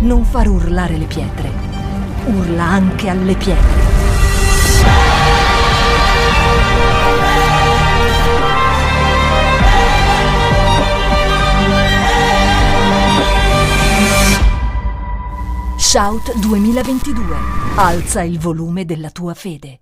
non far urlare le pietre. Urla anche alle pietre. Shout 2022. Alza il volume della tua fede.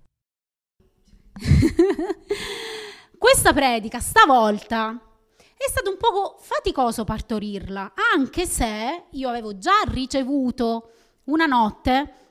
Questa predica stavolta è stato un poco faticoso partorirla, anche se io avevo già ricevuto una notte,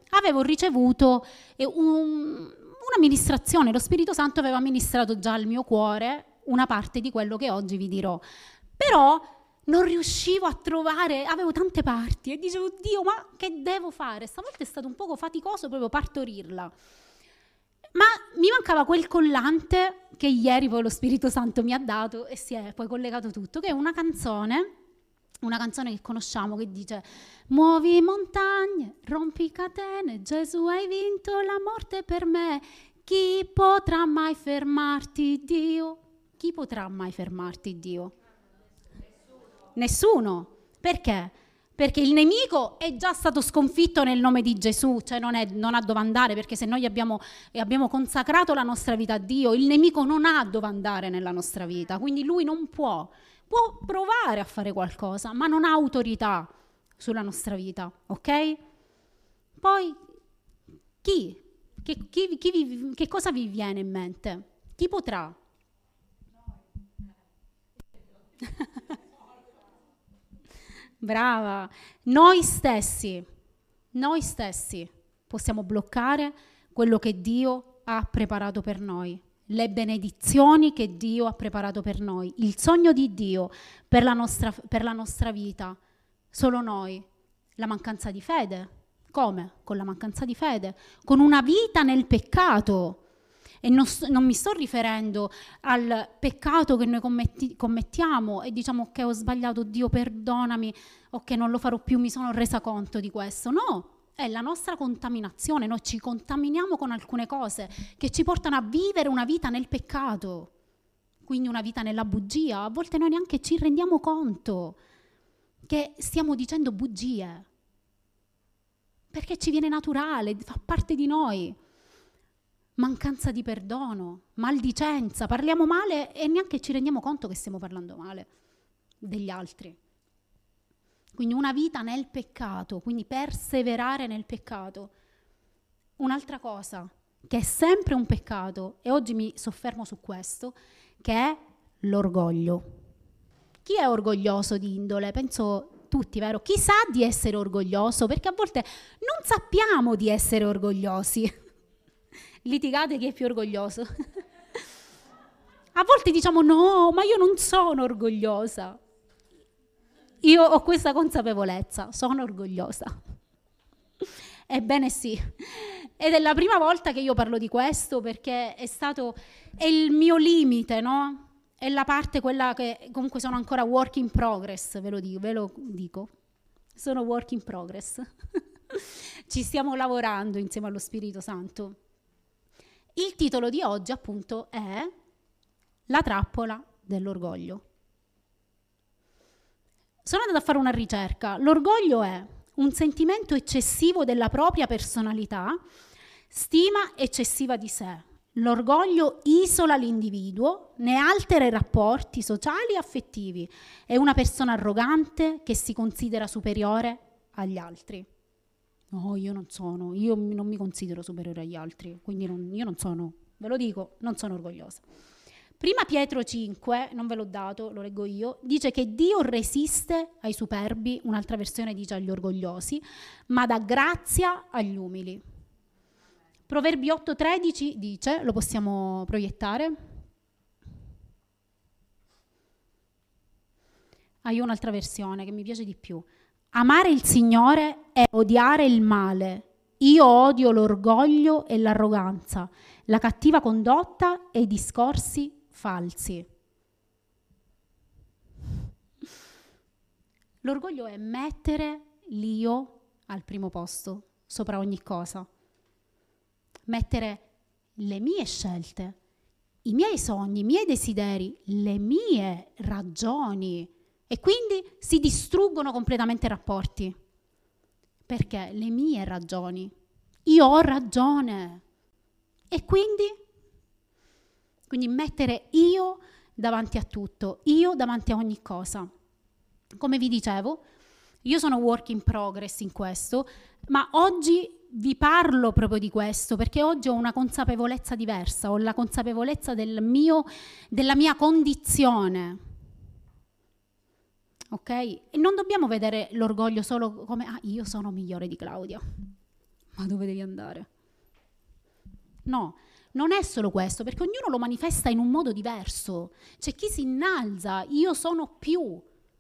una ministrazione, lo Spirito Santo aveva ministrato già al mio cuore una parte di quello che oggi vi dirò. Però non riuscivo a trovare, avevo tante parti e dicevo, Dio, ma che devo fare? Stavolta è stato un poco faticoso proprio partorirla. Ma mi mancava quel collante che ieri poi lo Spirito Santo mi ha dato e si è poi collegato tutto, che è una canzone che conosciamo, che dice: muovi montagne, rompi catene, Gesù hai vinto la morte per me, chi potrà mai fermarti, Dio? Chi potrà mai fermarti, Dio? Nessuno. Perché? Perché il nemico è già stato sconfitto nel nome di Gesù, cioè non ha dove andare, perché se noi abbiamo consacrato la nostra vita a Dio, il nemico non ha dove andare nella nostra vita, quindi lui non può provare a fare qualcosa, ma non ha autorità sulla nostra vita, ok? Poi che cosa vi viene in mente? Chi potrà? Brava, noi stessi possiamo bloccare quello che Dio ha preparato per noi, le benedizioni che Dio ha preparato per noi, il sogno di Dio per la nostra vita. Solo noi. La mancanza di fede. Come? Con la mancanza di fede, con una vita nel peccato. E non mi sto riferendo al peccato che noi commettiamo e diciamo che ho sbagliato, Dio perdonami, ok, non lo farò più, mi sono resa conto di questo. No, è la nostra contaminazione, noi ci contaminiamo con alcune cose che ci portano a vivere una vita nel peccato, quindi una vita nella bugia. A volte noi neanche ci rendiamo conto che stiamo dicendo bugie, perché ci viene naturale, fa parte di noi. Mancanza di perdono, maldicenza, parliamo male e neanche ci rendiamo conto che stiamo parlando male degli altri. Quindi una vita nel peccato, quindi perseverare nel peccato. Un'altra cosa che è sempre un peccato, e oggi mi soffermo su questo, che è l'orgoglio. Chi è orgoglioso di indole? Penso tutti, vero? Chi sa di essere orgoglioso? Perché a volte non sappiamo di essere orgogliosi. Litigate chi è più orgoglioso. A volte diciamo no, ma io non sono orgogliosa. Io ho questa consapevolezza, sono orgogliosa. Ebbene sì, ed è la prima volta che io parlo di questo, perché è il mio limite, no? È la parte quella che comunque sono ancora work in progress, ve lo dico. Sono work in progress. Ci stiamo lavorando insieme allo Spirito Santo. Il titolo di oggi appunto è La trappola dell'orgoglio. Sono andata a fare una ricerca. L'orgoglio è un sentimento eccessivo della propria personalità, stima eccessiva di sé. L'orgoglio isola l'individuo, ne altera i rapporti sociali e affettivi. È una persona arrogante che si considera superiore agli altri. No, io non mi considero superiore agli altri, quindi io non sono, ve lo dico, non sono orgogliosa. Prima Pietro 5, non ve l'ho dato, lo leggo io, dice che Dio resiste ai superbi, un'altra versione dice agli orgogliosi, ma dà grazia agli umili. Proverbi 8,13 dice, lo possiamo proiettare? Io un'altra versione che mi piace di più. Amare il Signore è odiare il male. Io odio l'orgoglio e l'arroganza, la cattiva condotta e i discorsi falsi. L'orgoglio è mettere l'io al primo posto, sopra ogni cosa. Mettere le mie scelte, i miei sogni, i miei desideri, le mie ragioni. E quindi si distruggono completamente i rapporti. Perché? Le mie ragioni. Io ho ragione. E quindi mettere io davanti a tutto, io davanti a ogni cosa. Come vi dicevo, io sono work in progress in questo, ma oggi vi parlo proprio di questo perché oggi ho una consapevolezza diversa, ho la consapevolezza della mia condizione. Ok? E non dobbiamo vedere l'orgoglio solo come io sono migliore di Claudia. Ma dove devi andare? No, non è solo questo, perché ognuno lo manifesta in un modo diverso. C'è chi si innalza, io sono più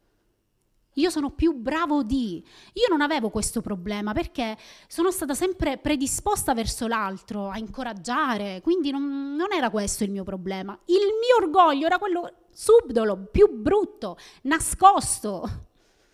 bravo di. Io non avevo questo problema perché sono stata sempre predisposta verso l'altro, a incoraggiare, quindi non era questo il mio problema. Il mio orgoglio era quello subdolo, più brutto, nascosto.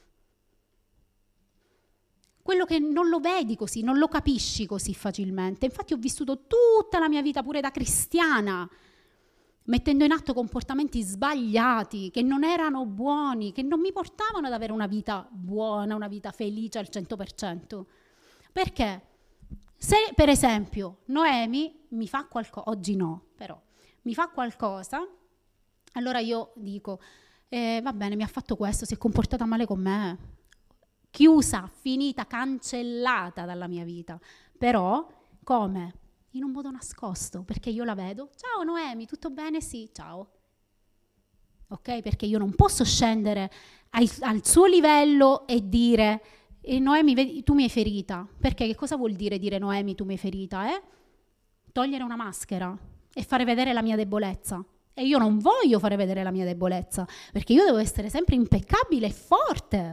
Quello che non lo vedi così, non lo capisci così facilmente. Infatti ho vissuto tutta la mia vita pure da cristiana, mettendo in atto comportamenti sbagliati, che non erano buoni, che non mi portavano ad avere una vita buona, una vita felice al 100%. Perché? Se per esempio Noemi mi fa qualcosa, oggi no, però, mi fa qualcosa, allora io dico, va bene, mi ha fatto questo, si è comportata male con me, chiusa, finita, cancellata dalla mia vita. Però, come? In un modo nascosto, perché io la vedo, ciao Noemi, tutto bene? Sì, ciao. Ok? Perché io non posso scendere al suo livello e dire, Noemi, tu mi hai ferita. Perché che cosa vuol dire Noemi, tu mi hai ferita? Togliere una maschera e fare vedere la mia debolezza. E io non voglio fare vedere la mia debolezza, perché io devo essere sempre impeccabile e forte.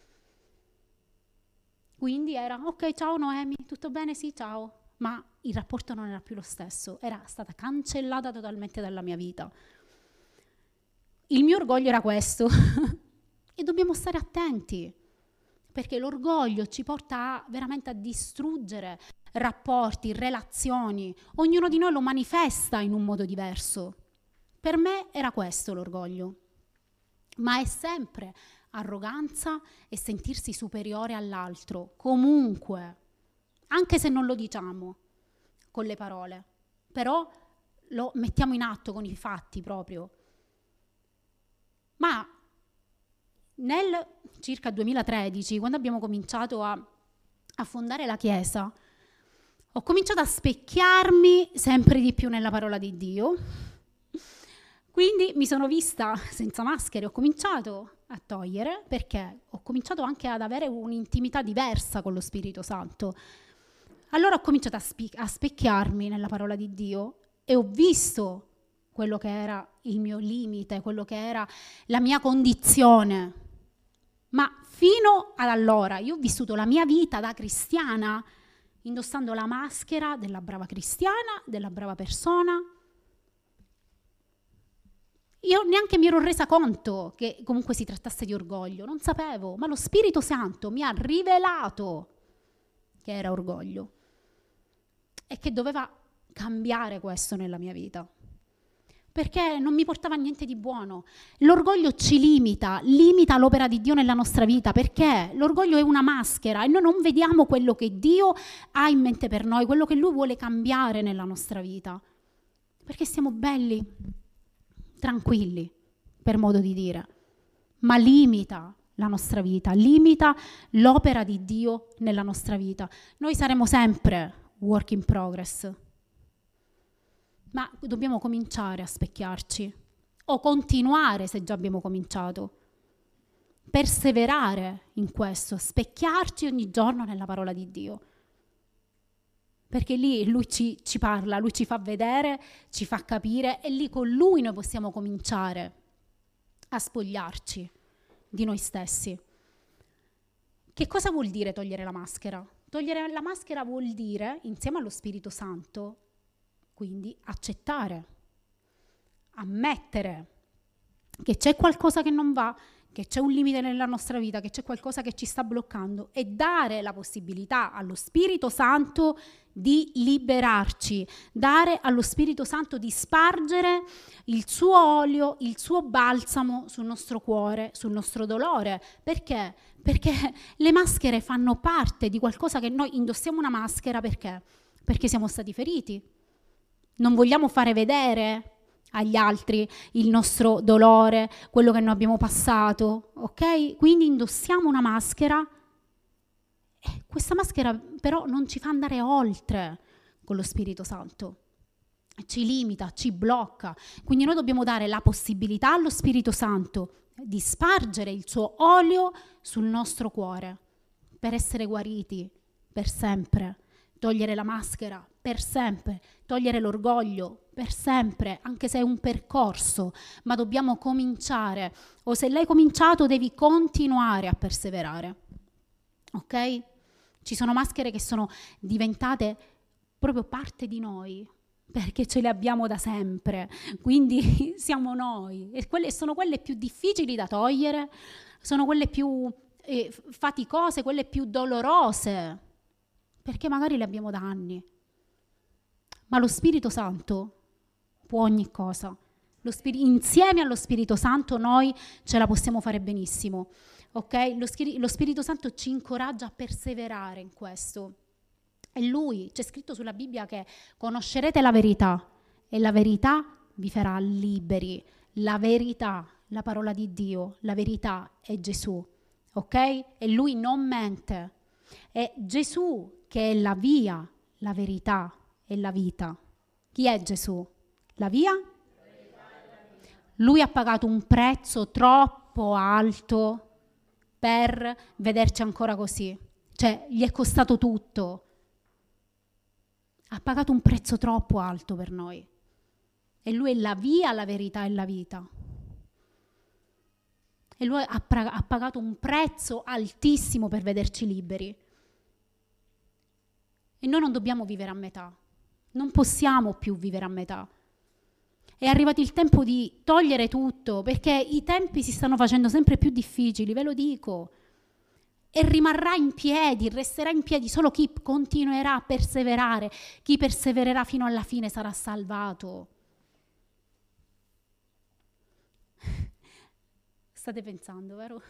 Quindi era, ok, ciao Noemi, tutto bene? Sì, ciao. Ma il rapporto non era più lo stesso, era stata cancellata totalmente dalla mia vita. Il mio orgoglio era questo e dobbiamo stare attenti, perché l'orgoglio ci porta veramente a distruggere rapporti, relazioni. Ognuno di noi lo manifesta in un modo diverso. Per me era questo l'orgoglio, ma è sempre arroganza e sentirsi superiore all'altro, comunque, anche se non lo diciamo con le parole, però lo mettiamo in atto con i fatti proprio. Ma nel circa 2013, quando abbiamo cominciato a fondare la Chiesa, ho cominciato a specchiarmi sempre di più nella parola di Dio. Quindi mi sono vista senza maschere, ho cominciato a togliere, perché ho cominciato anche ad avere un'intimità diversa con lo Spirito Santo. Allora ho cominciato a specchiarmi nella parola di Dio e ho visto quello che era il mio limite, quello che era la mia condizione. Ma fino ad allora io ho vissuto la mia vita da cristiana indossando la maschera della brava cristiana, della brava persona. Io neanche mi ero resa conto che comunque si trattasse di orgoglio, non sapevo, ma lo Spirito Santo mi ha rivelato che era orgoglio e che doveva cambiare questo nella mia vita, perché non mi portava a niente di buono. L'orgoglio ci limita l'opera di Dio nella nostra vita, perché l'orgoglio è una maschera e noi non vediamo quello che Dio ha in mente per noi, quello che Lui vuole cambiare nella nostra vita, perché siamo belli, tranquilli, per modo di dire, ma limita la nostra vita, limita l'opera di Dio nella nostra vita. Noi saremo sempre work in progress, ma dobbiamo cominciare a specchiarci, o continuare se già abbiamo cominciato, perseverare in questo, specchiarci ogni giorno nella parola di Dio. Perché lì Lui ci parla, Lui ci fa vedere, ci fa capire e lì con Lui noi possiamo cominciare a spogliarci di noi stessi. Che cosa vuol dire togliere la maschera? Togliere la maschera vuol dire, insieme allo Spirito Santo, quindi accettare, ammettere che c'è qualcosa che non va, che c'è un limite nella nostra vita, che c'è qualcosa che ci sta bloccando e dare la possibilità allo Spirito Santo di liberarci, dare allo Spirito Santo di spargere il suo olio, il suo balsamo sul nostro cuore, sul nostro dolore. Perché? Perché le maschere fanno parte di qualcosa che noi indossiamo una maschera perché? Perché siamo stati feriti. Non vogliamo fare vedere agli altri il nostro dolore, quello che noi abbiamo passato, ok? Quindi indossiamo una maschera e questa maschera però non ci fa andare oltre con lo Spirito Santo. Ci limita, ci blocca. Quindi noi dobbiamo dare la possibilità allo Spirito Santo di spargere il suo olio sul nostro cuore per essere guariti per sempre, togliere la maschera per sempre, togliere l'orgoglio per sempre, anche se è un percorso, ma dobbiamo cominciare, o se l'hai cominciato devi continuare a perseverare, ok? Ci sono maschere che sono diventate proprio parte di noi, perché ce le abbiamo da sempre, quindi siamo noi, e sono quelle più difficili da togliere, sono quelle più faticose, quelle più dolorose, perché magari le abbiamo da anni. Ma lo Spirito Santo può ogni cosa. Insieme allo Spirito Santo noi ce la possiamo fare benissimo, ok? Lo Spirito Santo ci incoraggia a perseverare in questo. E lui, c'è scritto sulla Bibbia che conoscerete la verità e la verità vi farà liberi. La verità, la parola di Dio, la verità è Gesù, ok? E lui non mente. È Gesù che è la via, la verità e la vita. Chi è Gesù? La via? Lui ha pagato un prezzo troppo alto per vederci ancora così. Cioè, gli è costato tutto. Ha pagato un prezzo troppo alto per noi. E lui è la via, la verità e la vita. E lui ha pagato un prezzo altissimo per vederci liberi. E noi non dobbiamo vivere a metà. Non possiamo più vivere a metà. È arrivato il tempo di togliere tutto, perché i tempi si stanno facendo sempre più difficili, ve lo dico. E rimarrà in piedi, resterà in piedi solo chi continuerà a perseverare, chi persevererà fino alla fine sarà salvato. State pensando, vero?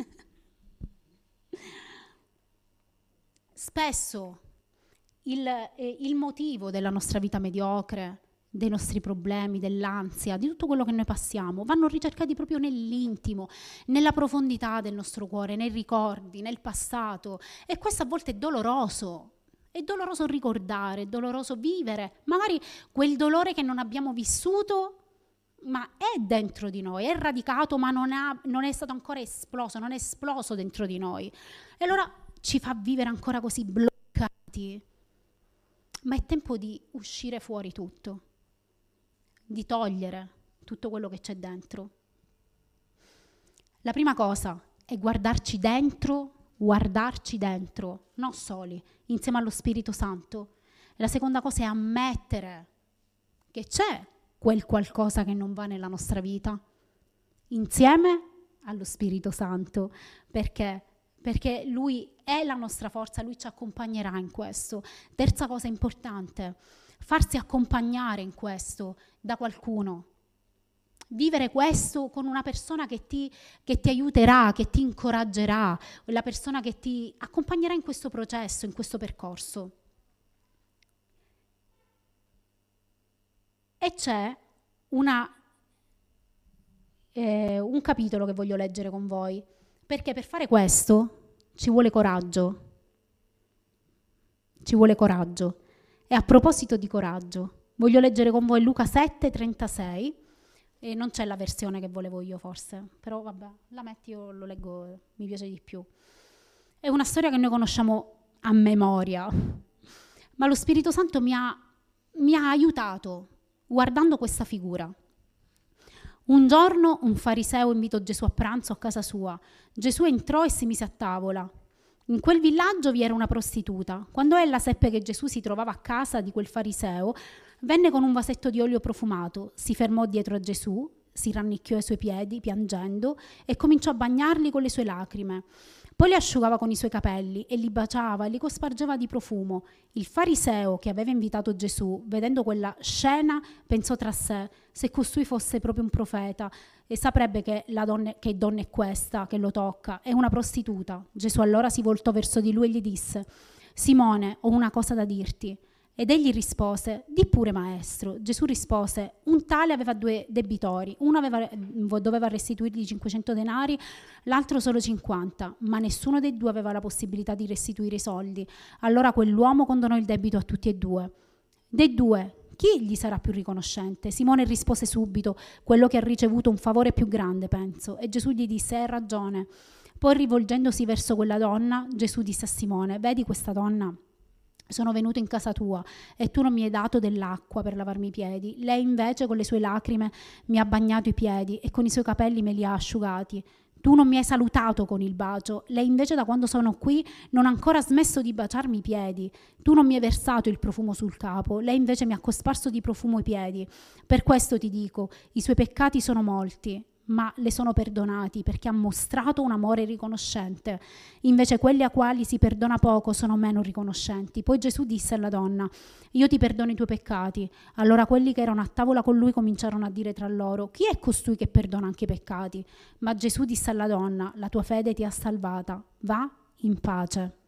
Spesso il motivo della nostra vita mediocre, dei nostri problemi, dell'ansia, di tutto quello che noi passiamo, vanno ricercati proprio nell'intimo, nella profondità del nostro cuore, nei ricordi, nel passato. E questo a volte è doloroso. È doloroso ricordare, è doloroso vivere. Magari quel dolore che non abbiamo vissuto, ma è dentro di noi, è radicato, ma non è stato ancora esploso, non è esploso dentro di noi. E allora ci fa vivere ancora così bloccati. Ma è tempo di uscire fuori tutto, di togliere tutto quello che c'è dentro. La prima cosa è guardarci dentro, non soli, insieme allo Spirito Santo. La seconda cosa è ammettere che c'è quel qualcosa che non va nella nostra vita, insieme allo Spirito Santo, perché Lui è la nostra forza, Lui ci accompagnerà in questo. Terza cosa importante, farsi accompagnare in questo da qualcuno. Vivere questo con una persona che ti aiuterà, che ti incoraggerà, la persona che ti accompagnerà in questo processo, in questo percorso. E c'è un capitolo che voglio leggere con voi, perché per fare questo ci vuole coraggio. Ci vuole coraggio. E a proposito di coraggio, voglio leggere con voi Luca 7,36, e non c'è la versione che volevo io forse, però vabbè, la metti, io lo leggo, mi piace di più. È una storia che noi conosciamo a memoria, ma lo Spirito Santo mi ha aiutato guardando questa figura. Un giorno un fariseo invitò Gesù a pranzo a casa sua. Gesù entrò e si mise a tavola. In quel villaggio vi era una prostituta. Quando ella seppe che Gesù si trovava a casa di quel fariseo, venne con un vasetto di olio profumato, si fermò dietro a Gesù, si rannicchiò ai suoi piedi piangendo e cominciò a bagnarli con le sue lacrime. Poi li asciugava con i suoi capelli e li baciava e li cospargeva di profumo. Il fariseo che aveva invitato Gesù, vedendo quella scena, pensò tra sé: se costui fosse proprio un profeta, e saprebbe che donna è questa che lo tocca, è una prostituta. Gesù allora si voltò verso di lui e gli disse: Simone, ho una cosa da dirti. Ed egli rispose: di pure, maestro. Gesù rispose: un tale aveva 2 debitori, uno doveva restituirgli 500 denari, l'altro solo 50, ma nessuno dei 2 aveva la possibilità di restituire i soldi. Allora quell'uomo condonò il debito a tutti e 2. Dei 2, chi gli sarà più riconoscente? Simone rispose subito: quello che ha ricevuto un favore più grande, penso. E Gesù gli disse: hai ragione. Poi, rivolgendosi verso quella donna, Gesù disse a Simone: vedi questa donna? Sono venuto in casa tua e tu non mi hai dato dell'acqua per lavarmi i piedi. Lei invece con le sue lacrime mi ha bagnato i piedi e con i suoi capelli me li ha asciugati. Tu non mi hai salutato con il bacio. Lei invece da quando sono qui non ha ancora smesso di baciarmi i piedi. Tu non mi hai versato il profumo sul capo. Lei invece mi ha cosparso di profumo i piedi. Per questo ti dico, i suoi peccati sono molti, ma le sono perdonati perché ha mostrato un amore riconoscente. Invece quelli a quali si perdona poco sono meno riconoscenti. Poi Gesù disse alla donna: io ti perdono i tuoi peccati. Allora quelli che erano a tavola con lui cominciarono a dire tra loro: chi è costui che perdona anche i peccati? Ma Gesù disse alla donna: la tua fede ti ha salvata, va in pace.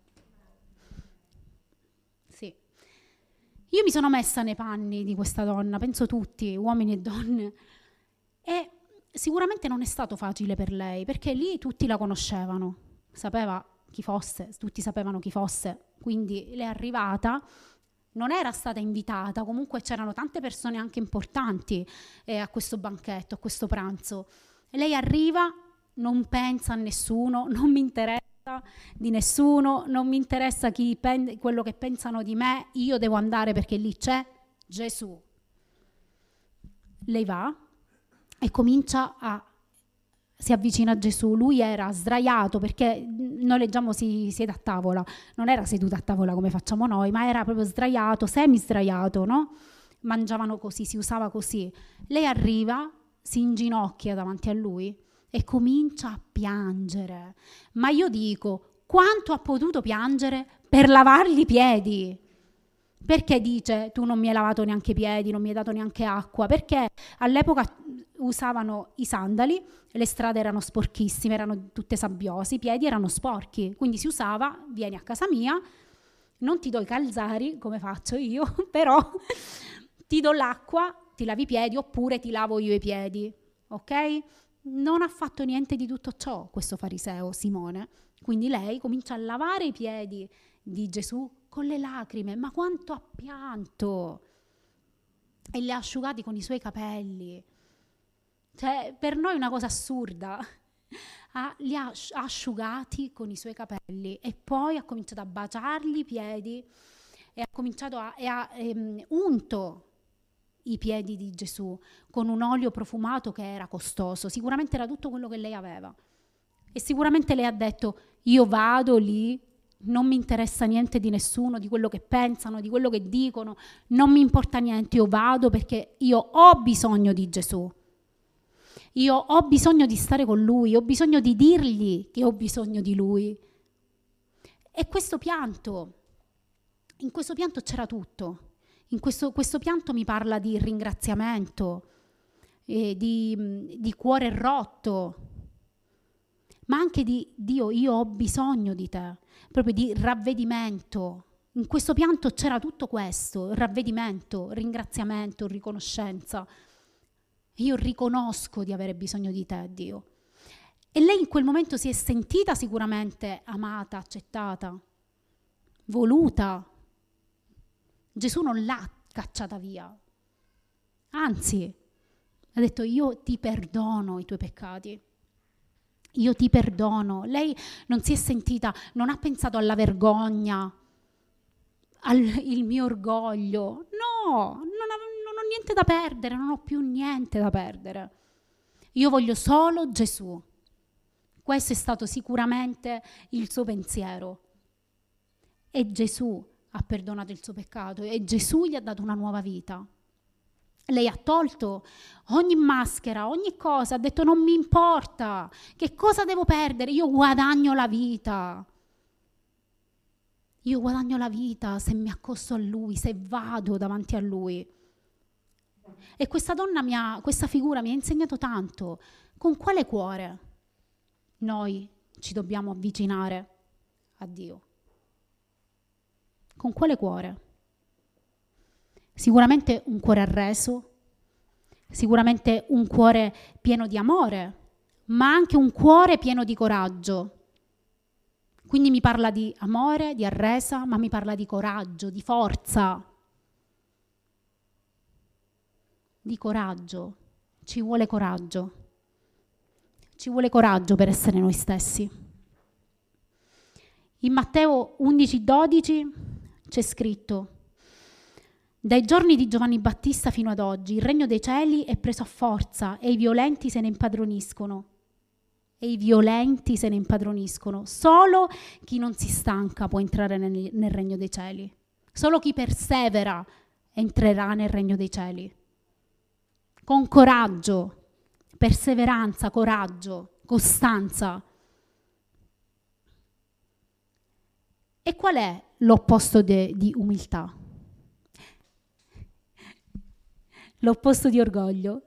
Sì. Io mi sono messa nei panni di questa donna, penso tutti, uomini e donne, e sicuramente non è stato facile per lei, perché lì tutti la conoscevano, sapeva chi fosse, tutti sapevano chi fosse, quindi lei è arrivata, non era stata invitata, comunque c'erano tante persone anche importanti a questo banchetto, a questo pranzo. E lei arriva, non pensa a nessuno, non mi interessa di nessuno, non mi interessa quello che pensano di me, io devo andare perché lì c'è Gesù. Lei va e si avvicina a Gesù. Lui era sdraiato, perché noi leggiamo si siede a tavola, non era seduto a tavola come facciamo noi, ma era proprio sdraiato, semi sdraiato, no? Mangiavano così, si usava così. Lei arriva, si inginocchia davanti a lui e comincia a piangere. Ma io dico, quanto ha potuto piangere per lavargli i piedi? Perché dice: tu non mi hai lavato neanche i piedi, non mi hai dato neanche acqua? Perché all'epoca usavano i sandali, le strade erano sporchissime, erano tutte sabbiose, i piedi erano sporchi, quindi si usava: vieni a casa mia, non ti do i calzari come faccio io, però ti do l'acqua, ti lavi i piedi, oppure ti lavo io i piedi, ok? Non ha fatto niente di tutto ciò questo fariseo Simone, quindi lei comincia a lavare i piedi di Gesù con le lacrime, ma quanto ha pianto, e li ha asciugati con i suoi capelli. Cioè, per noi è una cosa assurda. Li ha asciugati con i suoi capelli e poi ha cominciato a baciargli i piedi e ha unto i piedi di Gesù con un olio profumato che era costoso. Sicuramente era tutto quello che lei aveva, e sicuramente lei ha detto: io vado lì, non mi interessa niente di nessuno, di quello che pensano, di quello che dicono, non mi importa niente, io vado perché io ho bisogno di Gesù, io ho bisogno di stare con lui, ho bisogno di dirgli che ho bisogno di lui. E questo pianto, in questo pianto c'era tutto. Questo pianto mi parla di ringraziamento, di cuore rotto, ma anche di Dio, io ho bisogno di te, proprio di ravvedimento. In questo pianto c'era tutto questo: ravvedimento, ringraziamento, riconoscenza. Io riconosco di avere bisogno di te, Dio. E lei in quel momento si è sentita sicuramente amata, accettata, voluta. Gesù non l'ha cacciata via, anzi ha detto: io ti perdono i tuoi peccati, io ti perdono. Lei non si è sentita, non ha pensato alla vergogna, al mio orgoglio, no, non ho niente da perdere, non ho più niente da perdere, io voglio solo Gesù. Questo è stato sicuramente il suo pensiero, e Gesù ha perdonato il suo peccato e Gesù gli ha dato una nuova vita. Lei ha tolto ogni maschera, ogni cosa, ha detto non mi importa, che cosa devo perdere? Io guadagno la vita. Io guadagno la vita se mi accosto a Lui, se vado davanti a Lui. E questa donna, questa figura mi ha insegnato tanto. Con quale cuore noi ci dobbiamo avvicinare a Dio? Con quale cuore? Sicuramente un cuore arreso, sicuramente un cuore pieno di amore, ma anche un cuore pieno di coraggio. Quindi mi parla di amore, di arresa, ma mi parla di coraggio, di forza. Di coraggio. Ci vuole coraggio. Ci vuole coraggio per essere noi stessi. In Matteo 11,12 c'è scritto: dai giorni di Giovanni Battista fino ad oggi il regno dei cieli è preso a forza e i violenti se ne impadroniscono. E i violenti se ne impadroniscono. Solo chi non si stanca può entrare nel regno dei cieli. Solo chi persevera entrerà nel regno dei cieli. Con coraggio, perseveranza, coraggio, costanza. E qual è l'opposto di umiltà? L'opposto di orgoglio.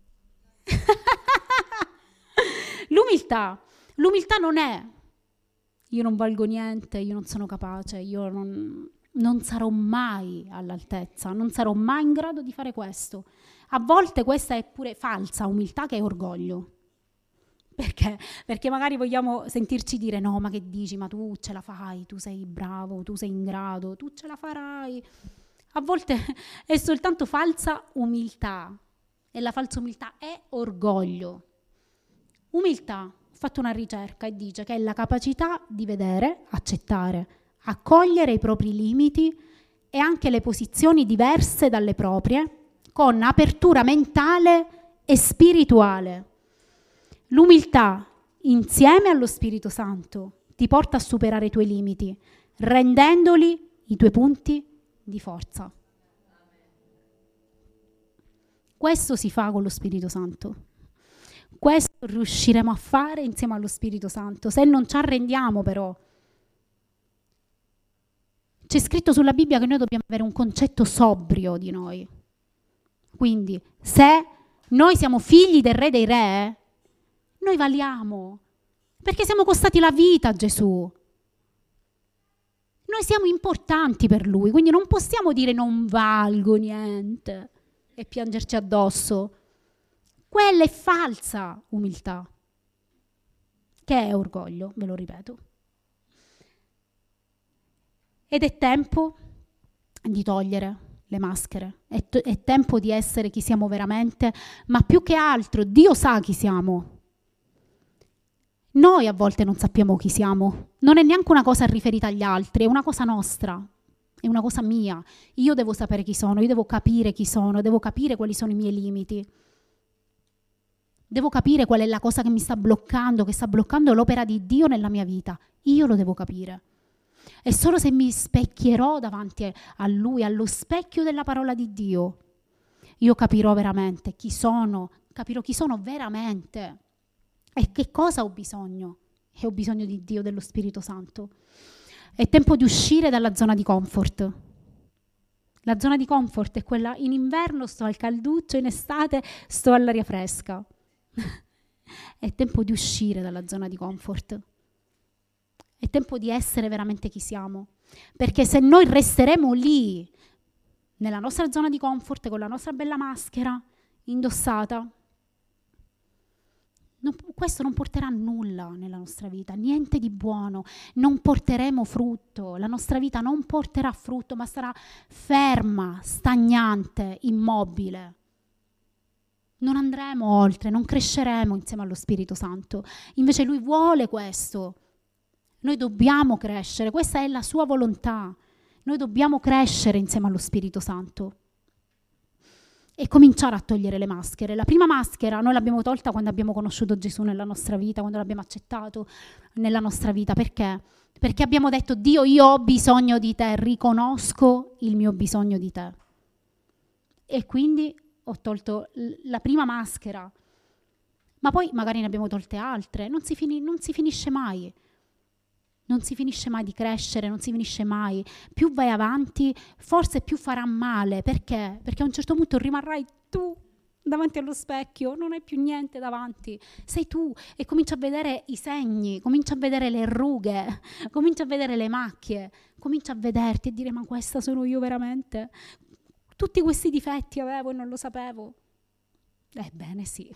L'umiltà non è io non valgo niente, io non sono capace, io non sarò mai all'altezza, non sarò mai in grado di fare questo. A volte questa è pure falsa umiltà, che è orgoglio. Perché? Perché magari vogliamo sentirci dire no, ma che dici, ma tu ce la fai, tu sei bravo, tu sei in grado, tu ce la farai. A volte è soltanto falsa umiltà e la falsa umiltà è orgoglio. Umiltà, ho fatto una ricerca e dice che è la capacità di vedere, accettare, accogliere i propri limiti e anche le posizioni diverse dalle proprie, con apertura mentale e spirituale. L'umiltà, insieme allo Spirito Santo, ti porta a superare i tuoi limiti, rendendoli i tuoi punti di forza. Questo si fa con lo Spirito Santo. Questo riusciremo a fare insieme allo Spirito Santo, se non ci arrendiamo però. C'è scritto sulla Bibbia che noi dobbiamo avere un concetto sobrio di noi. Quindi, se noi siamo figli del Re dei Re, noi valiamo, perché siamo costati la vita a Gesù. Noi siamo importanti per Lui, quindi non possiamo dire non valgo niente e piangerci addosso. Quella è falsa umiltà, che è orgoglio, ve lo ripeto. Ed è tempo di togliere le maschere, è tempo di essere chi siamo veramente, ma più che altro Dio sa chi siamo. Noi a volte non sappiamo chi siamo, non è neanche una cosa riferita agli altri, è una cosa nostra, è una cosa mia. Io devo sapere chi sono, io devo capire chi sono, devo capire quali sono i miei limiti. Devo capire qual è la cosa che mi sta bloccando, che sta bloccando l'opera di Dio nella mia vita. Io lo devo capire. E solo se mi specchierò davanti a Lui, allo specchio della parola di Dio, io capirò veramente chi sono, capirò chi sono veramente e che cosa ho bisogno. E ho bisogno di Dio, dello Spirito Santo. È tempo di uscire dalla zona di comfort. La zona di comfort è quella: in inverno sto al calduccio, in estate sto all'aria fresca. È tempo di uscire dalla zona di comfort. È tempo di essere veramente chi siamo. Perché se noi resteremo lì, nella nostra zona di comfort, con la nostra bella maschera indossata, questo non porterà nulla nella nostra vita, niente di buono. Non porteremo frutto, la nostra vita non porterà frutto, ma sarà ferma, stagnante, immobile. Non andremo oltre, non cresceremo insieme allo Spirito Santo. Invece Lui vuole questo. Noi dobbiamo crescere, questa è la sua volontà. Noi dobbiamo crescere insieme allo Spirito Santo e cominciare a togliere le maschere. La prima maschera noi l'abbiamo tolta quando abbiamo conosciuto Gesù nella nostra vita, quando l'abbiamo accettato nella nostra vita. Perché? Perché abbiamo detto: Dio, io ho bisogno di te, riconosco il mio bisogno di te. E quindi ho tolto la prima maschera, ma poi magari ne abbiamo tolte altre, non si finisce mai. Non si finisce mai di crescere, non si finisce mai. Più vai avanti, forse più farà male. Perché? Perché a un certo punto rimarrai tu davanti allo specchio, non hai più niente davanti, sei tu e cominci a vedere i segni, cominci a vedere le rughe, cominci a vedere le macchie, cominci a vederti e dire: ma questa sono io veramente? Tutti questi difetti avevo e non lo sapevo. Ebbene sì,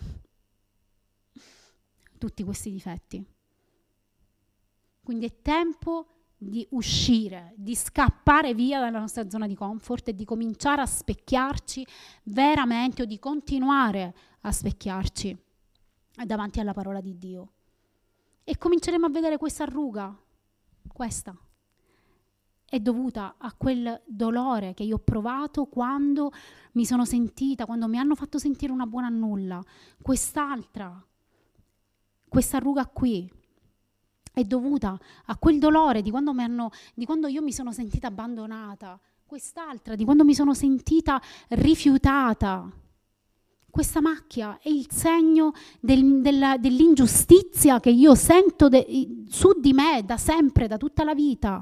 tutti questi difetti. Quindi è tempo di uscire, di scappare via dalla nostra zona di comfort e di cominciare a specchiarci veramente, o di continuare a specchiarci davanti alla parola di Dio. E cominceremo a vedere questa ruga, questa è dovuta a quel dolore che io ho provato quando mi sono sentita, quando mi hanno fatto sentire una buona a nulla. Quest'altra, questa ruga qui, è dovuta a quel dolore di quando io mi sono sentita abbandonata, quest'altra di quando mi sono sentita rifiutata. Questa macchia è il segno dell'ingiustizia che io sento su di me da sempre, da tutta la vita.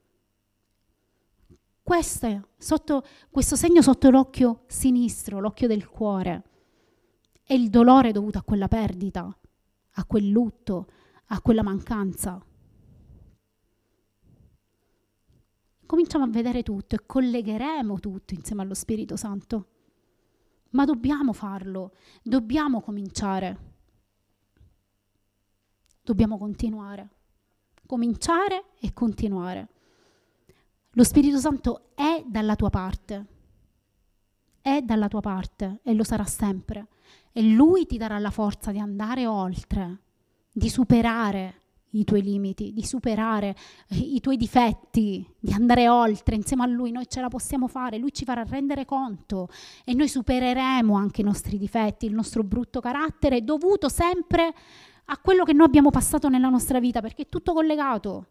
Questo segno sotto l'occhio sinistro, l'occhio del cuore, è il dolore dovuto a quella perdita, a quel lutto, a quella mancanza. Cominciamo a vedere tutto e collegheremo tutto insieme allo Spirito Santo. Ma dobbiamo farlo, dobbiamo cominciare. Dobbiamo continuare. Cominciare e continuare. Lo Spirito Santo è dalla tua parte. È dalla tua parte e lo sarà sempre. E Lui ti darà la forza di andare oltre, di superare i tuoi limiti, di superare i tuoi difetti, di andare oltre insieme a Lui. Noi ce la possiamo fare, Lui ci farà rendere conto e noi supereremo anche i nostri difetti, il nostro brutto carattere dovuto sempre a quello che noi abbiamo passato nella nostra vita, perché è tutto collegato.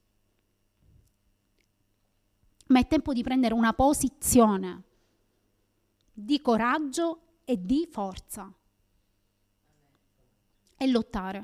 Ma è tempo di prendere una posizione di coraggio e di forza e lottare.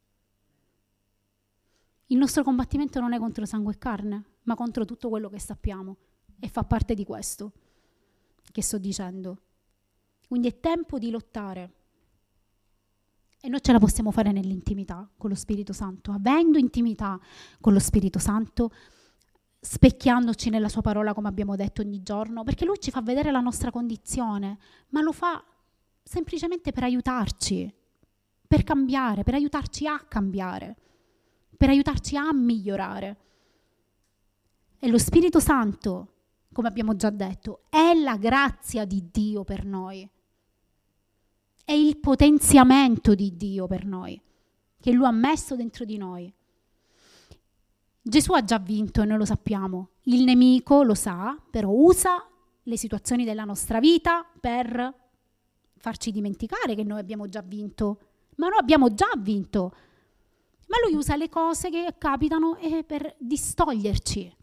Il nostro combattimento non è contro sangue e carne, ma contro tutto quello che sappiamo, e fa parte di questo che sto dicendo. Quindi è tempo di lottare e noi ce la possiamo fare nell'intimità con lo Spirito Santo, avendo intimità con lo Spirito Santo, specchiandoci nella sua parola, come abbiamo detto ogni giorno, perché Lui ci fa vedere la nostra condizione, ma lo fa semplicemente per aiutarci, per cambiare, per aiutarci a cambiare, per aiutarci a migliorare. E lo Spirito Santo, come abbiamo già detto, è la grazia di Dio per noi, è il potenziamento di Dio per noi, che Lui ha messo dentro di noi. Gesù ha già vinto e noi lo sappiamo, il nemico lo sa, però usa le situazioni della nostra vita per farci dimenticare che noi abbiamo già vinto, ma noi abbiamo già vinto, ma lui usa le cose che capitano per distoglierci.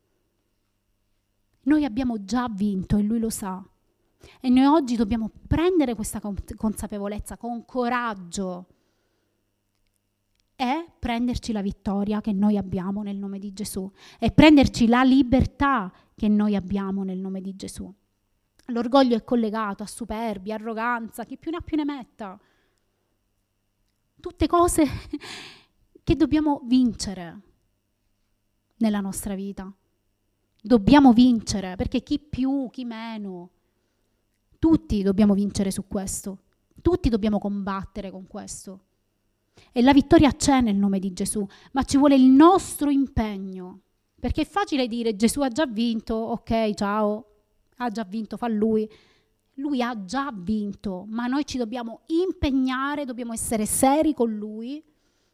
Noi abbiamo già vinto e lui lo sa, e noi oggi dobbiamo prendere questa consapevolezza con coraggio e prenderci la vittoria che noi abbiamo nel nome di Gesù e prenderci la libertà che noi abbiamo nel nome di Gesù. L'orgoglio è collegato a superbia, arroganza, chi più ne ha più ne metta. Tutte cose che dobbiamo vincere nella nostra vita. Dobbiamo vincere, perché chi più, chi meno, tutti dobbiamo vincere su questo. Tutti dobbiamo combattere con questo. E la vittoria c'è nel nome di Gesù, ma ci vuole il nostro impegno, perché è facile dire Gesù ha già vinto, ok, ciao, ha già vinto, fa lui. Lui ha già vinto, ma noi ci dobbiamo impegnare, dobbiamo essere seri con lui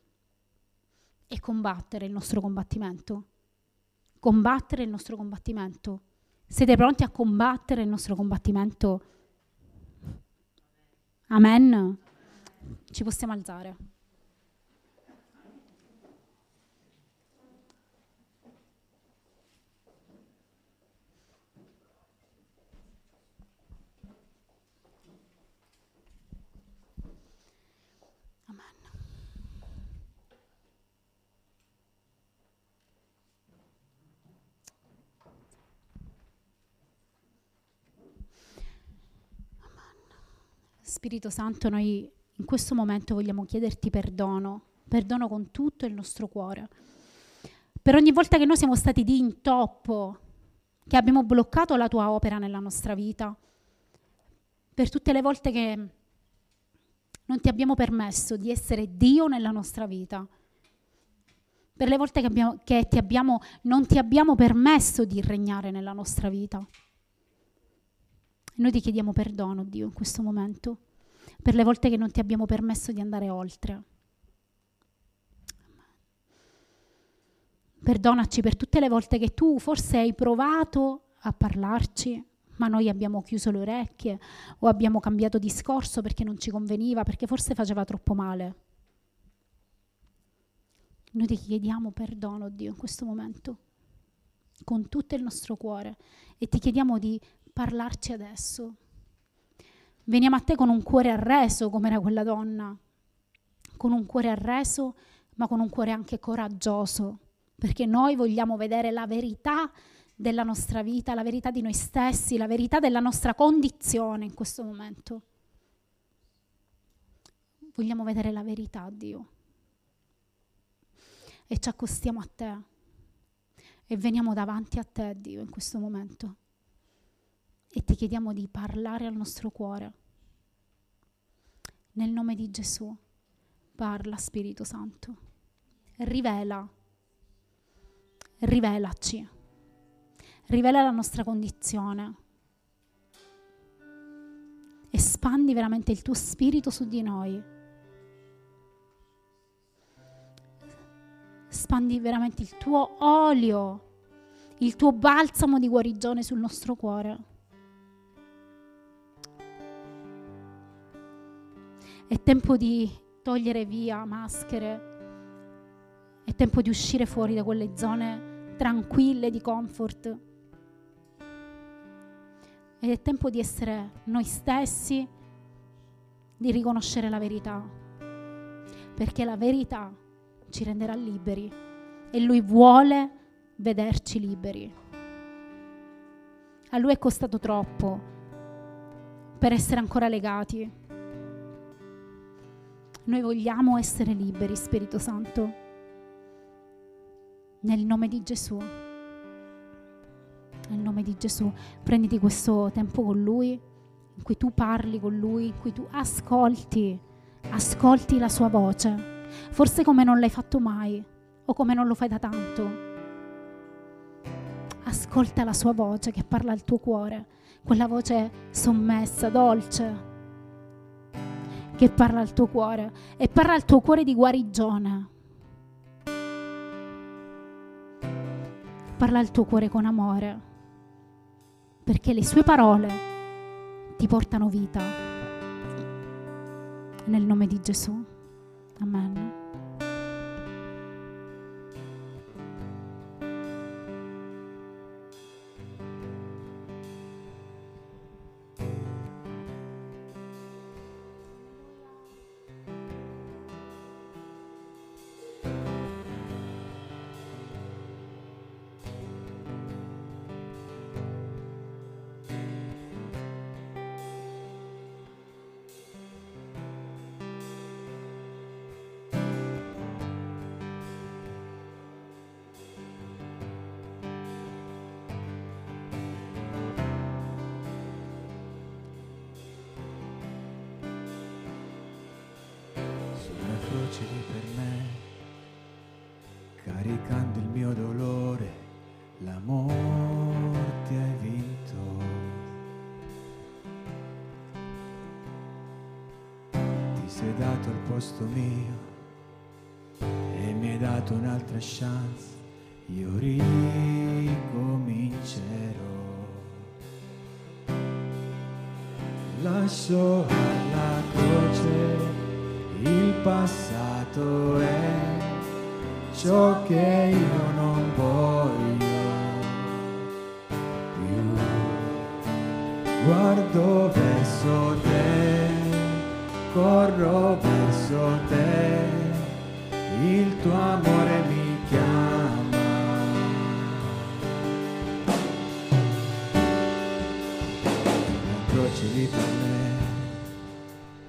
e combattere il nostro combattimento. Combattere il nostro combattimento. Siete pronti a combattere il nostro combattimento? Amen? Ci possiamo alzare. Spirito Santo, noi in questo momento vogliamo chiederti perdono con tutto il nostro cuore. Per ogni volta che noi siamo stati di intoppo, che abbiamo bloccato la tua opera nella nostra vita, per tutte le volte che non ti abbiamo permesso di essere Dio nella nostra vita, per le volte che non ti abbiamo permesso di regnare nella nostra vita. Noi ti chiediamo perdono, Dio, in questo momento, per le volte che non ti abbiamo permesso di andare oltre. Perdonaci per tutte le volte che tu forse hai provato a parlarci, ma noi abbiamo chiuso le orecchie o abbiamo cambiato discorso perché non ci conveniva, perché forse faceva troppo male. Noi ti chiediamo perdono, Dio, in questo momento, con tutto il nostro cuore, e ti chiediamo di parlarci adesso. Veniamo a te con un cuore arreso, come era quella donna, con un cuore arreso, ma con un cuore anche coraggioso, perché noi vogliamo vedere la verità della nostra vita, la verità di noi stessi, la verità della nostra condizione in questo momento. Vogliamo vedere la verità, Dio. E ci accostiamo a te e veniamo davanti a te, Dio, in questo momento, e ti chiediamo di parlare al nostro cuore. Nel nome di Gesù, parla, Spirito Santo. Rivelaci. Rivela la nostra condizione. Espandi veramente il tuo spirito su di noi. Spandi veramente il tuo olio, il tuo balsamo di guarigione sul nostro cuore. È tempo di togliere via maschere, è tempo di uscire fuori da quelle zone tranquille di comfort. Ed è tempo di essere noi stessi, di riconoscere la verità, perché la verità ci renderà liberi e Lui vuole vederci liberi. A Lui è costato troppo per essere ancora legati. Noi vogliamo essere liberi, Spirito Santo, nel nome di Gesù. Nel nome di Gesù, prenditi questo tempo con Lui, in cui tu parli con Lui, in cui tu ascolti la sua voce. Forse come non l'hai fatto mai o come non lo fai da tanto. Ascolta la sua voce che parla al tuo cuore, quella voce sommessa, dolce, che parla al tuo cuore e parla al tuo cuore di guarigione. Parla al tuo cuore con amore, perché le sue parole ti portano vita. Nel nome di Gesù. Amen. Per me, caricando il mio dolore, la morte hai vinto. Ti sei dato al posto mio e mi hai dato un'altra chance. Io ricomincerò. Lascio alla croce il passato, è ciò che io non voglio più. Guardo verso te, corro verso te, il tuo amore mi chiama. La croce lì per me,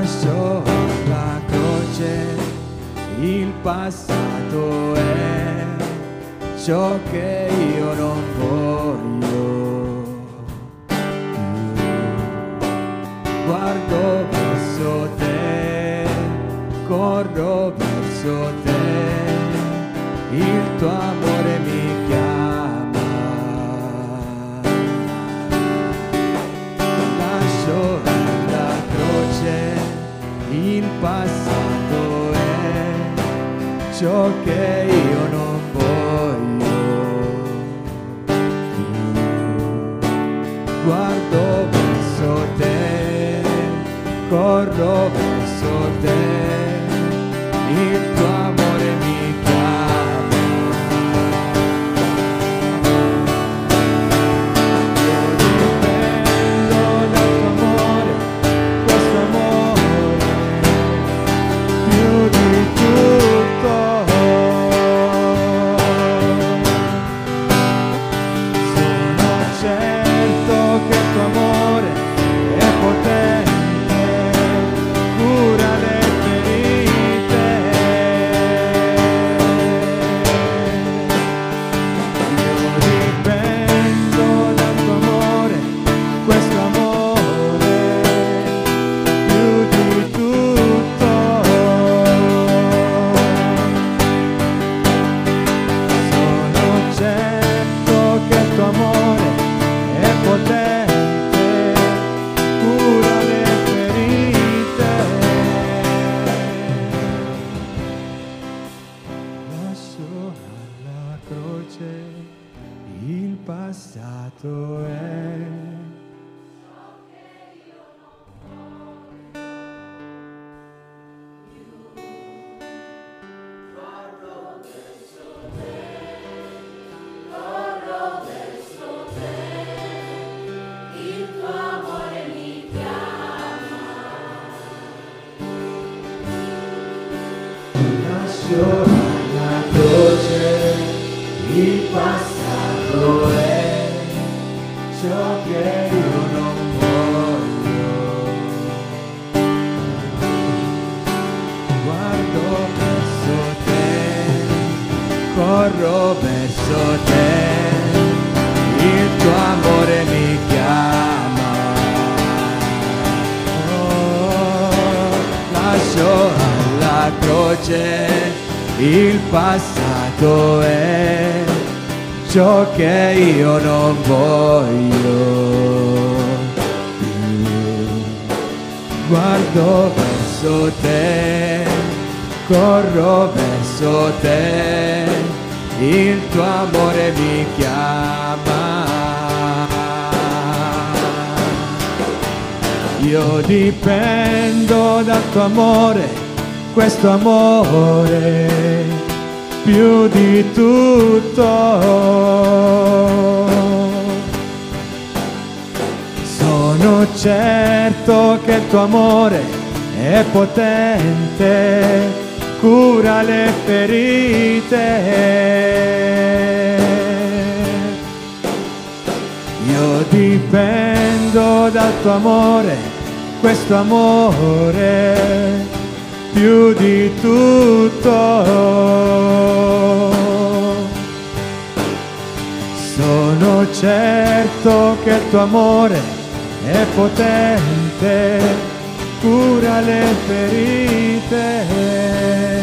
lascio alla croce, il passato è ciò che io non voglio più. Guardo verso te, corro verso te, il tuo amore mi chiama. Lascio alla croce, il passato è ciò che io non voglio più. Guardo verso te, corro verso te, il tuo amore mi chiama. Io dipendo dal tuo amore, questo amore più di tutto. Sono certo che il tuo amore è potente, cura le ferite. Io dipendo dal tuo amore, questo amore più di tutto. Sono certo che il tuo amore è potente, cura le ferite. Lascio alla croce, il passato è lascio alla croce, il passato è ciò che io non voglio. Guardo verso te, corro verso te, il tuo amore mi chiama. Oh, lascio alla croce, il passato è ciò che io non voglio più. Guardo verso te, corro verso te, il tuo amore mi chiama. Io dipendo dal tuo amore, questo amore più di tutto. Sono certo che il tuo amore è potente, cura le ferite. Io dipendo dal tuo amore, questo amore più di tutto. Sono certo che il tuo amore è potente, cura le ferite.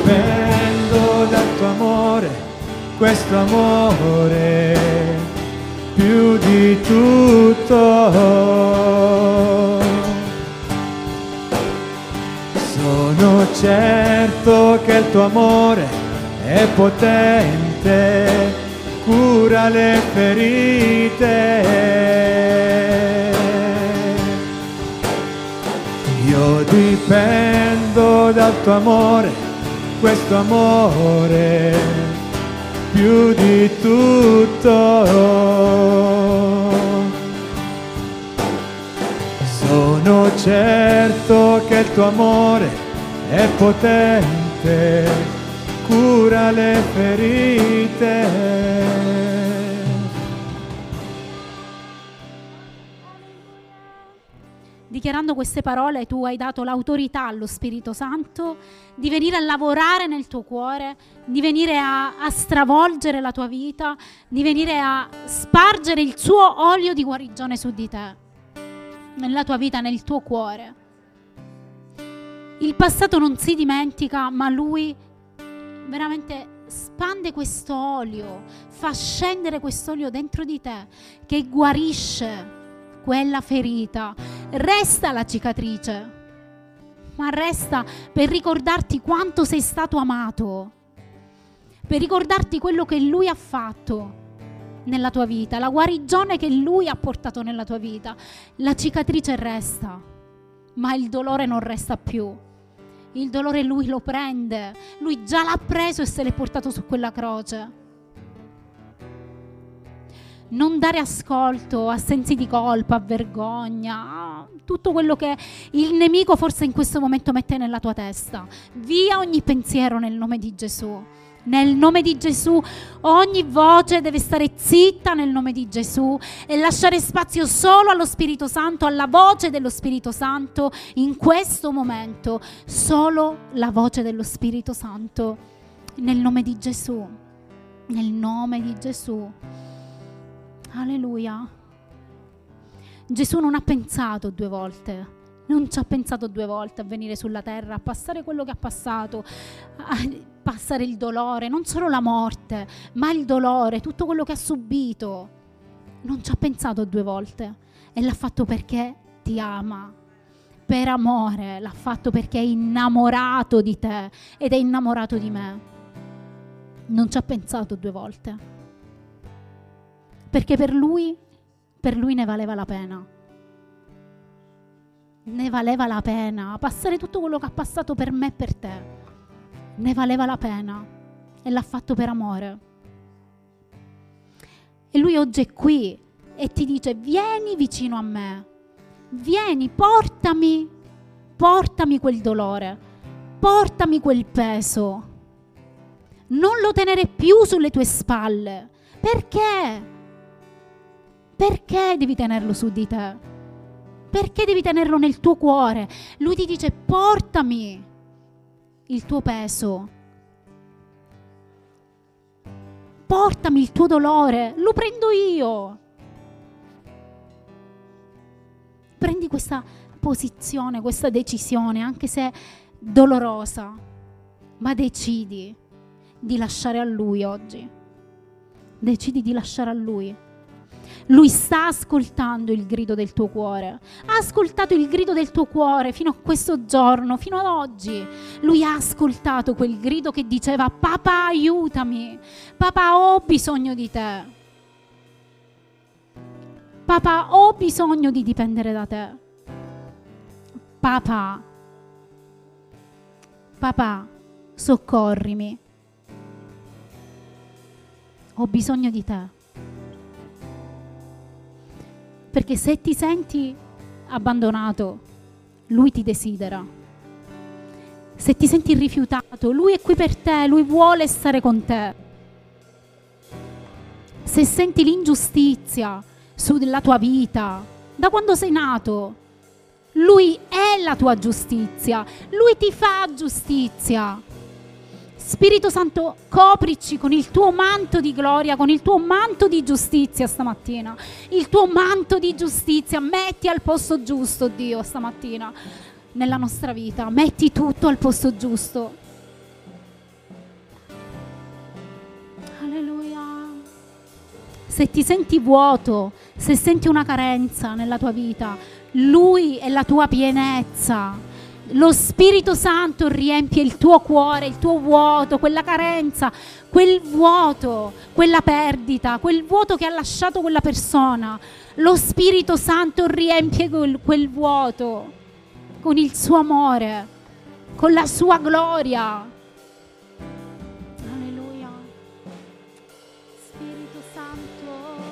dipendo dal tuo amore, questo amore più di tutto. Sono certo che il tuo amore è potente, cura le ferite. Io dipendo dal tuo amore, questo amore più di tutto. Sono certo che il tuo amore è potente, cura le ferite. Dichiarando queste parole, tu hai dato l'autorità allo Spirito Santo di venire a lavorare nel tuo cuore, di venire a stravolgere la tua vita, di venire a spargere il suo olio di guarigione su di te, nella tua vita, nel tuo cuore. Il passato non si dimentica, ma lui veramente spande questo olio, fa scendere quest'olio dentro di te che guarisce quella ferita. Resta la cicatrice, ma resta per ricordarti quanto sei stato amato, per ricordarti quello che lui ha fatto nella tua vita, la guarigione che lui ha portato nella tua vita. La cicatrice resta, ma il dolore non resta più. Il dolore lui lo prende, lui già l'ha preso e se l'è portato su quella croce. Non dare ascolto a sensi di colpa, a vergogna, a tutto quello che il nemico forse in questo momento mette nella tua testa. Via ogni pensiero nel nome di Gesù. Nel nome di Gesù ogni voce deve stare zitta nel nome di Gesù e lasciare spazio solo allo Spirito Santo, alla voce dello Spirito Santo in questo momento. Solo la voce dello Spirito Santo nel nome di Gesù. Nel nome di Gesù. Alleluia. Gesù non ha pensato 2 volte, non ci ha pensato 2 volte a venire sulla terra, a passare quello che ha passato, a passare il dolore, non solo la morte, ma il dolore, tutto quello che ha subito. Non ci ha pensato 2 volte e l'ha fatto perché ti ama, per amore, l'ha fatto perché è innamorato di te ed è innamorato di me. Non ci ha pensato 2 volte. Perché per lui ne valeva la pena. Ne valeva la pena passare tutto quello che ha passato per me e per te. Ne valeva la pena e l'ha fatto per amore. E lui oggi è qui e ti dice: vieni vicino a me, vieni, portami quel dolore, portami quel peso. Non lo tenere più sulle tue spalle. Perché? Perché devi tenerlo su di te? Perché devi tenerlo nel tuo cuore? Lui ti dice: portami il tuo peso, portami il tuo dolore, lo prendo io. Prendi questa posizione, questa decisione, anche se dolorosa, ma decidi di lasciare a lui oggi. Decidi di lasciare a lui. Lui sta ascoltando il grido del tuo cuore. Ha ascoltato il grido del tuo cuore fino a questo giorno, fino ad oggi. Lui ha ascoltato quel grido che diceva: papà, aiutami. Papà, ho bisogno di te. Papà, ho bisogno di dipendere da te. Papà, soccorrimi. Ho bisogno di te. Perché se ti senti abbandonato, lui ti desidera. Se ti senti rifiutato, lui è qui per te, lui vuole stare con te. Se senti l'ingiustizia sulla tua vita, da quando sei nato, lui è la tua giustizia, lui ti fa giustizia. Spirito Santo, coprici con il tuo manto di gloria, con il tuo manto di giustizia stamattina. Il tuo manto di giustizia, metti al posto giusto, Dio, stamattina, nella nostra vita. Metti tutto al posto giusto. se ti senti vuoto, se senti una carenza nella tua vita, Lui è la tua pienezza. Lo Spirito Santo riempie il tuo cuore, il tuo vuoto, quella carenza, quel vuoto, quella perdita, quel vuoto che ha lasciato quella persona. Lo Spirito Santo riempie quel vuoto con il suo amore, con la sua gloria. Alleluia. Spirito Santo.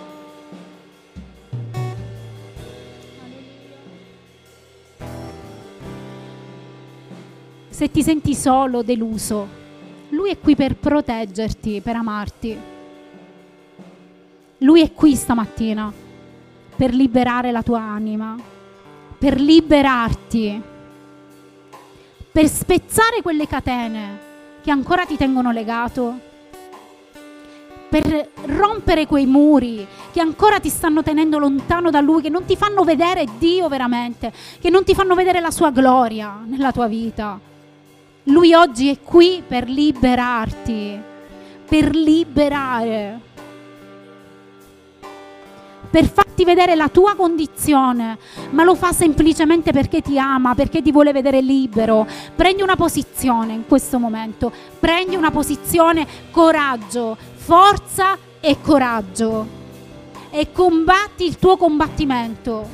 Alleluia. Se ti senti solo, deluso, Lui è qui per proteggerti, per amarti. Lui è qui stamattina per liberare la tua anima, per liberarti, per spezzare quelle catene che ancora ti tengono legato, per rompere quei muri che ancora ti stanno tenendo lontano da Lui, che non ti fanno vedere Dio veramente, che non ti fanno vedere la sua gloria nella tua vita. Lui oggi è qui per liberarti, per liberare, per farti vedere la tua condizione, ma lo fa semplicemente perché ti ama, perché ti vuole vedere libero. Prendi una posizione in questo momento, prendi una posizione, coraggio, forza e coraggio, e combatti il tuo combattimento.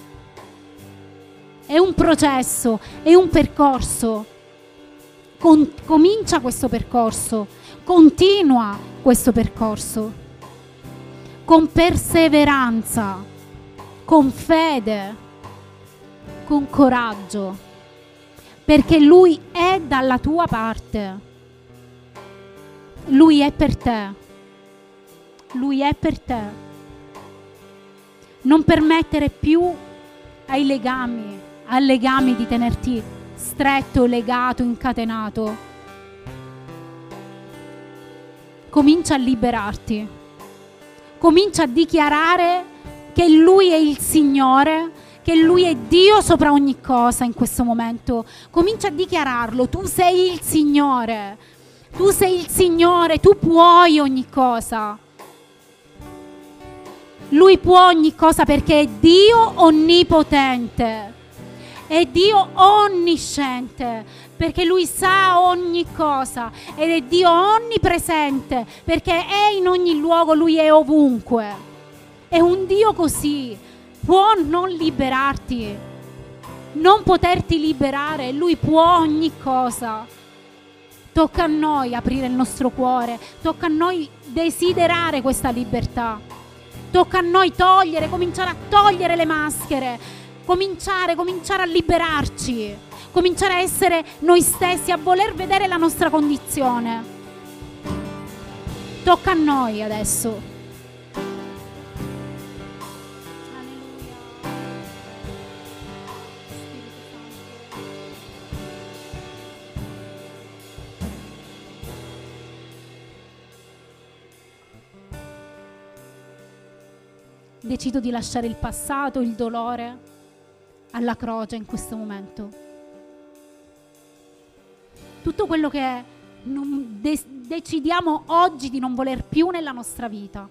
È un processo, è un percorso. Comincia questo percorso, continua questo percorso con perseveranza, con fede, con coraggio, perché Lui è dalla tua parte. Lui è per te. Lui è per te. Non permettere più ai legami di tenerti stretto, legato, incatenato. Comincia a liberarti. Comincia a dichiarare che Lui è il Signore, che Lui è Dio sopra ogni cosa in questo momento. Comincia a dichiararlo. Tu sei il Signore. Tu sei il Signore. Tu puoi ogni cosa. Lui può ogni cosa perché è Dio onnipotente. È Dio onnisciente, perché Lui sa ogni cosa, ed è Dio onnipresente, perché è in ogni luogo, Lui è ovunque. È un Dio così, può non liberarti, non poterti liberare, Lui può ogni cosa. Tocca a noi aprire il nostro cuore, tocca a noi desiderare questa libertà, tocca a noi cominciare a togliere le maschere, cominciare a liberarci, cominciare a essere noi stessi, a voler vedere la nostra condizione. Tocca a noi adesso. Alleluia. Decido di lasciare il passato, il dolore alla croce in questo momento. Tutto quello che decidiamo oggi di non voler più nella nostra vita,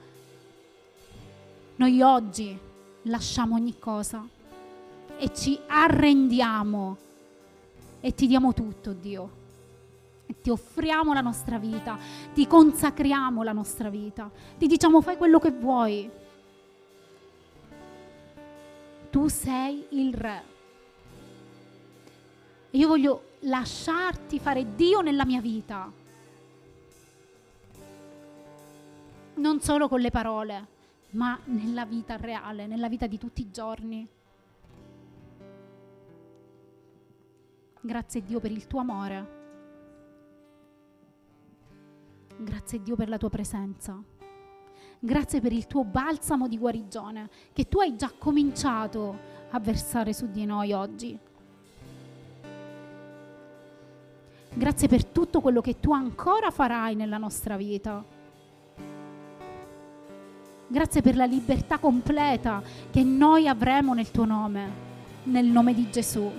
noi oggi lasciamo ogni cosa e ci arrendiamo e ti diamo tutto, Dio. E ti offriamo la nostra vita, ti consacriamo la nostra vita, ti diciamo fai quello che vuoi. Tu sei il Re. E io voglio lasciarti fare Dio nella mia vita. Non solo con le parole, ma nella vita reale, nella vita di tutti i giorni. Grazie Dio per il tuo amore. Grazie Dio per la tua presenza. Grazie per il tuo balsamo di guarigione che tu hai già cominciato a versare su di noi oggi. Grazie per tutto quello che tu ancora farai nella nostra vita. Grazie per la libertà completa che noi avremo nel tuo nome, nel nome di Gesù.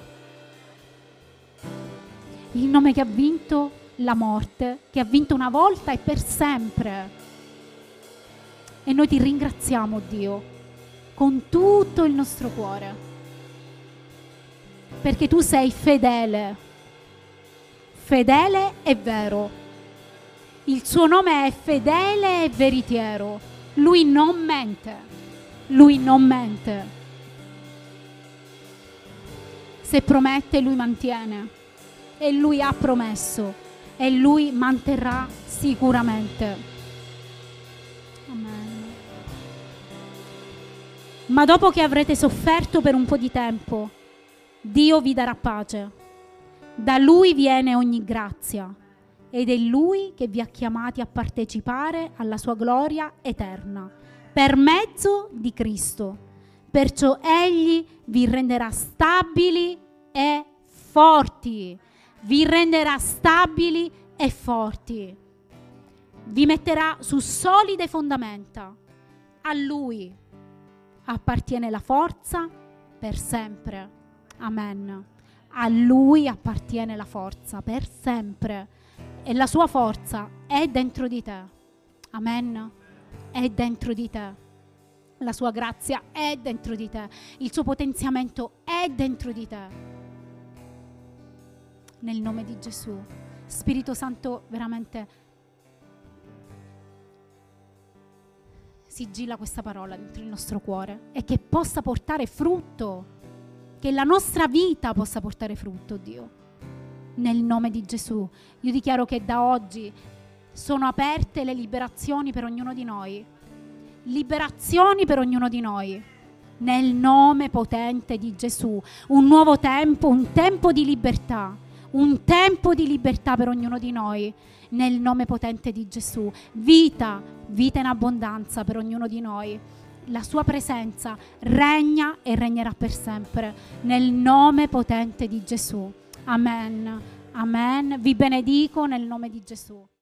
Il nome che ha vinto la morte, che ha vinto una volta e per sempre. E noi ti ringraziamo, Dio, con tutto il nostro cuore, perché tu sei fedele, fedele e vero. Il suo nome è fedele e veritiero. Lui non mente, lui non mente. Se promette, lui mantiene, e lui ha promesso e lui manterrà sicuramente. Amen. Ma dopo che avrete sofferto per un po' di tempo, Dio vi darà pace. Da Lui viene ogni grazia ed è Lui che vi ha chiamati a partecipare alla sua gloria eterna per mezzo di Cristo. Perciò Egli vi renderà stabili e forti. Vi renderà stabili e forti. Vi metterà su solide fondamenta. A Lui appartiene la forza per sempre. Amen. A Lui appartiene la forza per sempre. E la sua forza è dentro di te. Amen. È dentro di te. La sua grazia è dentro di te. Il suo potenziamento è dentro di te. Nel nome di Gesù. Spirito Santo, veramente sigilla questa parola dentro il nostro cuore e che possa portare frutto, che la nostra vita possa portare frutto, Dio. Nel nome di Gesù. Io dichiaro che da oggi sono aperte le liberazioni per ognuno di noi. Liberazioni per ognuno di noi. Nel nome potente di Gesù. Un nuovo tempo, un tempo di libertà. Un tempo di libertà per ognuno di noi. Nel nome potente di Gesù. Vita in abbondanza per ognuno di noi. La sua presenza regna e regnerà per sempre. Nel nome potente di Gesù. Amen. Amen. Vi benedico nel nome di Gesù.